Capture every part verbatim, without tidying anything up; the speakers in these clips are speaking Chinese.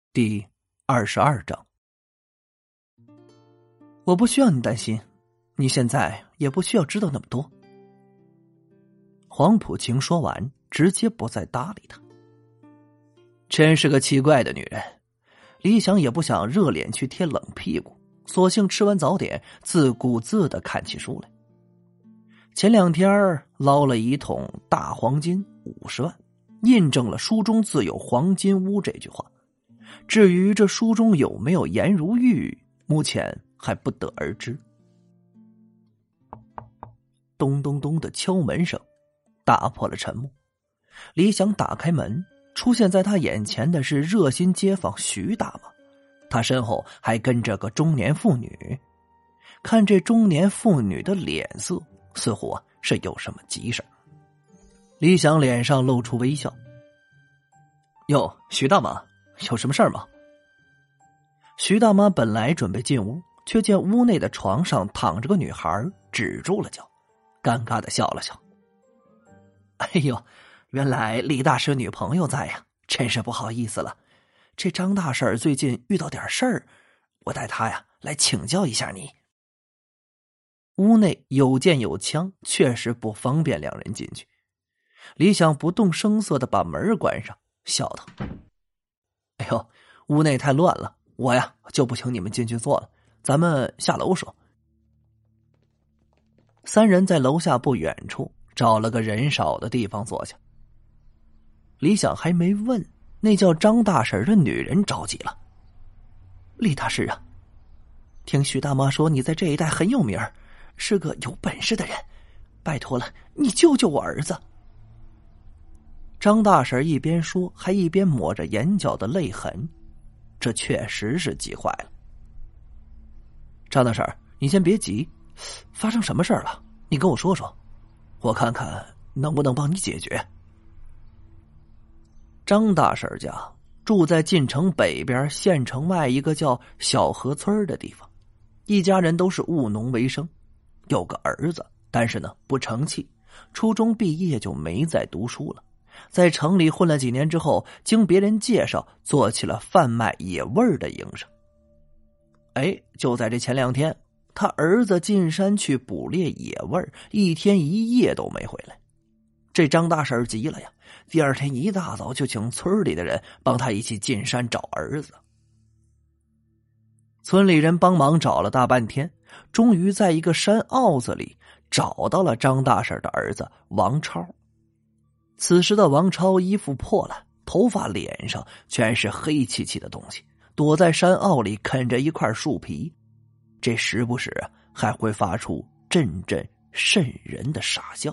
第二十二章。我不需要你担心，你现在也不需要知道那么多。黄浦晴说完，直接不再搭理他。真是个奇怪的女人，李想也不想热脸去贴冷屁股，索性吃完早点，自顾自地看起书来。前两天捞了一桶大黄金五十万，印证了书中自有黄金屋这句话。至于这书中有没有颜如玉，目前还不得而知。咚咚咚的敲门声打破了沉默。李想打开门，出现在他眼前的是热心街坊徐大妈，他身后还跟着个中年妇女。看这中年妇女的脸色，似乎啊是有什么急事。李想脸上露出微笑。哟，徐大妈，有什么事儿吗？徐大妈本来准备进屋，却见屋内的床上躺着个女孩，止住了脚，尴尬的笑了笑。哎呦，原来李大师女朋友在呀，真是不好意思了。这张大婶最近遇到点事儿，我带她呀来请教一下你。屋内有剑有枪，确实不方便两人进去。李想不动声色的把门关上，笑道：哎呦，屋内太乱了，我呀就不请你们进去坐了，咱们下楼说。三人在楼下不远处找了个人少的地方坐下。李想还没问，那叫张大婶的女人着急了：李大师啊，听徐大妈说你在这一带很有名，是个有本事的人，拜托了，你救救我儿子。张大婶一边说，还一边抹着眼角的泪痕，这确实是急坏了。张大婶，你先别急，发生什么事了？你跟我说说，我看看能不能帮你解决。张大婶家住在晋城北边县城外一个叫小河村的地方，一家人都是务农为生，有个儿子，但是呢不成器，初中毕业就没再读书了。在城里混了几年之后，经别人介绍做起了贩卖野味儿的营生。哎，就在这前两天，他儿子进山去捕猎野味儿，一天一夜都没回来。这张大婶急了呀，第二天一大早就请村里的人帮他一起进山找儿子。村里人帮忙找了大半天，终于在一个山坳子里找到了张大婶的儿子王超。此时的王超衣服破了，头发脸上全是黑漆漆的东西，躲在山坳里啃着一块树皮，这时不时还会发出阵阵瘆人的傻笑。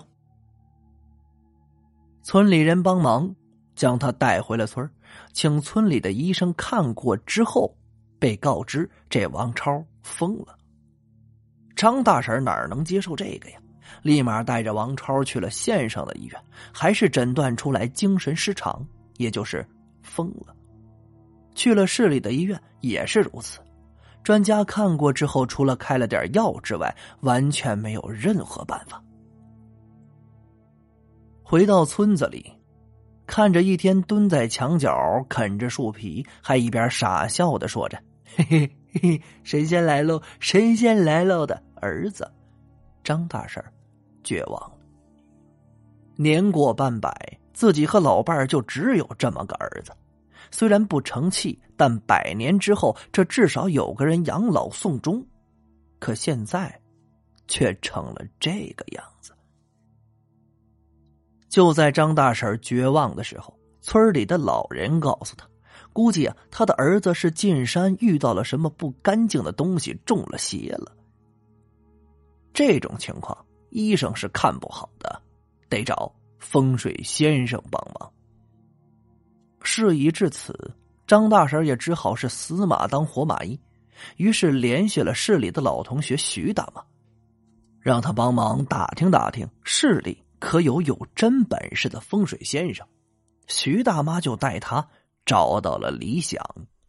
村里人帮忙将他带回了村，请村里的医生看过之后，被告知这王超疯了。张大婶哪能接受这个呀，立马带着王超去了县上的医院，还是诊断出来精神失常，也就是疯了。去了市里的医院也是如此，专家看过之后，除了开了点药之外，完全没有任何办法。回到村子里，看着一天蹲在墙角啃着树皮，还一边傻笑的说着嘿嘿嘿嘿，神仙来喽，神仙来喽的儿子，张大婶绝望了。年过半百，自己和老伴儿就只有这么个儿子，虽然不成器，但百年之后这至少有个人养老送终，可现在却成了这个样子。就在张大婶绝望的时候，村里的老人告诉他，估计啊他的儿子是进山遇到了什么不干净的东西，中了邪了。这种情况医生是看不好的，得找风水先生帮忙。事已至此，张大婶也只好是死马当活马医，于是联系了市里的老同学徐大妈，让他帮忙打听打听市里可有有真本事的风水先生。徐大妈就带他找到了李想。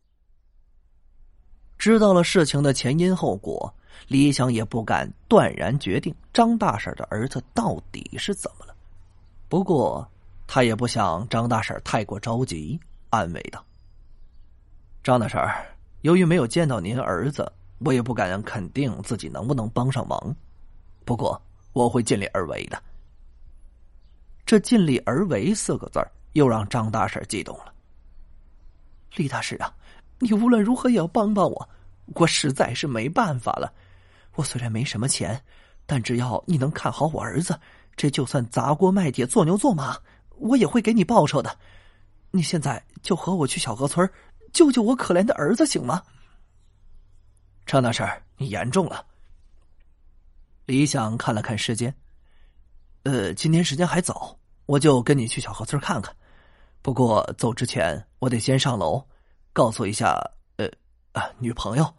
知道了事情的前因后果，李想也不敢断然决定张大婶的儿子到底是怎么了。不过他也不想张大婶太过着急，安慰道： 张大婶儿，由于没有见到您儿子，我也不敢肯定自己能不能帮上忙，不过我会尽力而为的。这尽力而为四个字儿又让张大婶激动了。李大师啊，你无论如何也要帮帮我，我实在是没办法了。我虽然没什么钱，但只要你能看好我儿子，这就算砸锅卖铁做牛做马，我也会给你报酬的。你现在就和我去小河村，救救我可怜的儿子行吗？张大婶，你严重了。李想看了看时间，呃，今天时间还早，我就跟你去小河村看看。不过走之前，我得先上楼，告诉一下，呃，啊，女朋友。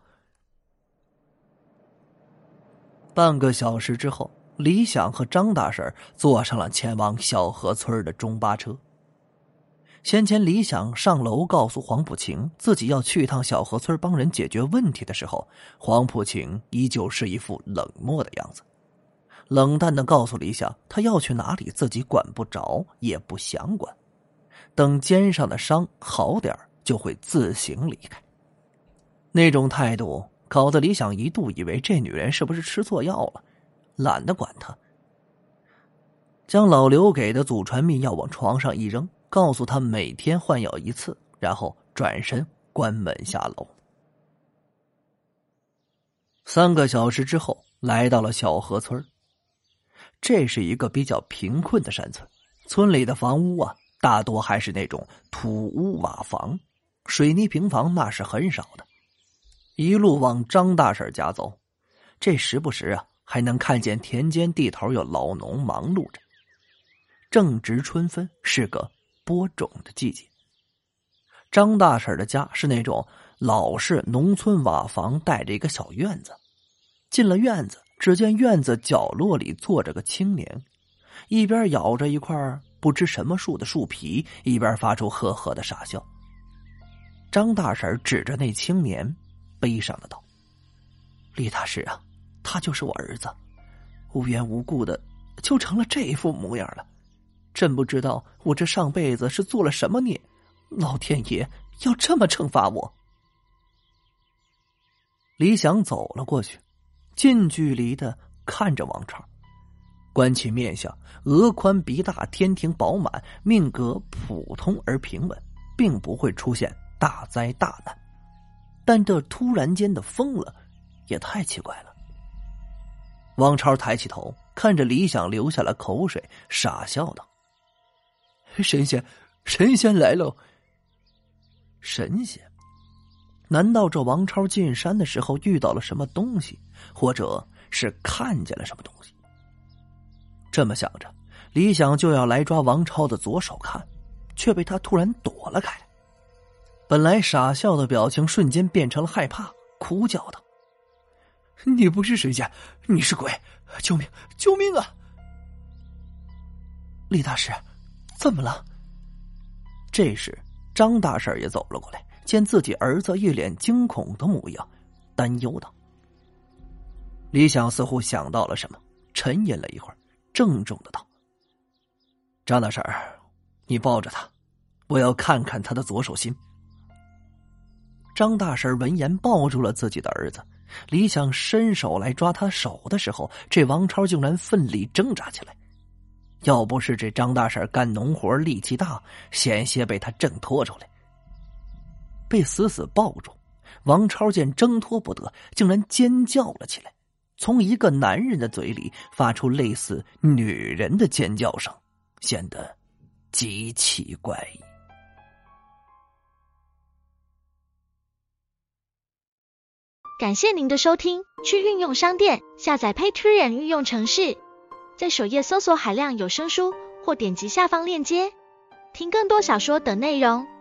半个小时之后，李想和张大婶坐上了前往小河村的中巴车。先前李想上楼告诉黄浦晴自己要去一趟小河村帮人解决问题的时候，黄浦晴依旧是一副冷漠的样子，冷淡地告诉李想他要去哪里自己管不着也不想管，等肩上的伤好点就会自行离开。那种态度搞得李想一度以为这女人是不是吃错药了，懒得管她。将老刘给的祖传秘药往床上一扔，告诉他每天换药一次，然后转身关门下楼。三个小时之后，来到了小河村。这是一个比较贫困的山村，村里的房屋啊，大多还是那种土屋瓦房，水泥平房那是很少的。一路往张大婶家走，这时不时啊，还能看见田间地头有老农忙碌着。正值春分，是个播种的季节。张大婶的家是那种老式农村瓦房，带着一个小院子。进了院子，只见院子角落里坐着个青年，一边咬着一块不知什么树的树皮，一边发出呵呵的傻笑。张大婶指着那青年，悲伤的道：“李大师啊，他就是我儿子，无缘无故的就成了这副模样了。真不知道我这上辈子是做了什么孽，老天爷要这么惩罚我。”李想走了过去，近距离的看着王超，观其面相，额宽鼻大，天庭饱满，命格普通而平稳，并不会出现大灾大难。但这突然间的疯了，也太奇怪了。王超抬起头，看着李想流下了口水，傻笑道：“神仙，神仙来喽！”神仙？难道这王超进山的时候遇到了什么东西，或者是看见了什么东西？这么想着，李想就要来抓王超的左手看，却被他突然躲了开来。本来傻笑的表情瞬间变成了害怕，哭叫道：“你不是神仙，你是鬼！救命！救命啊！”李大师，怎么了？这时张大婶也走了过来，见自己儿子一脸惊恐的模样，担忧道。李想似乎想到了什么，沉吟了一会儿，郑重的道：“张大婶，你抱着他，我要看看他的左手心。”张大婶闻言抱住了自己的儿子，李想伸手来抓他手的时候，这王超竟然奋力挣扎起来。要不是这张大婶干农活力气大，险些被他挣脱出来。被死死抱住，王超见挣脱不得，竟然尖叫了起来，从一个男人的嘴里发出类似女人的尖叫声，显得极其怪异。 感谢您的收听，去运用商店下载 Patreon 运用程式，在首页搜索海量有声书，或点击下方链接听更多小说等内容。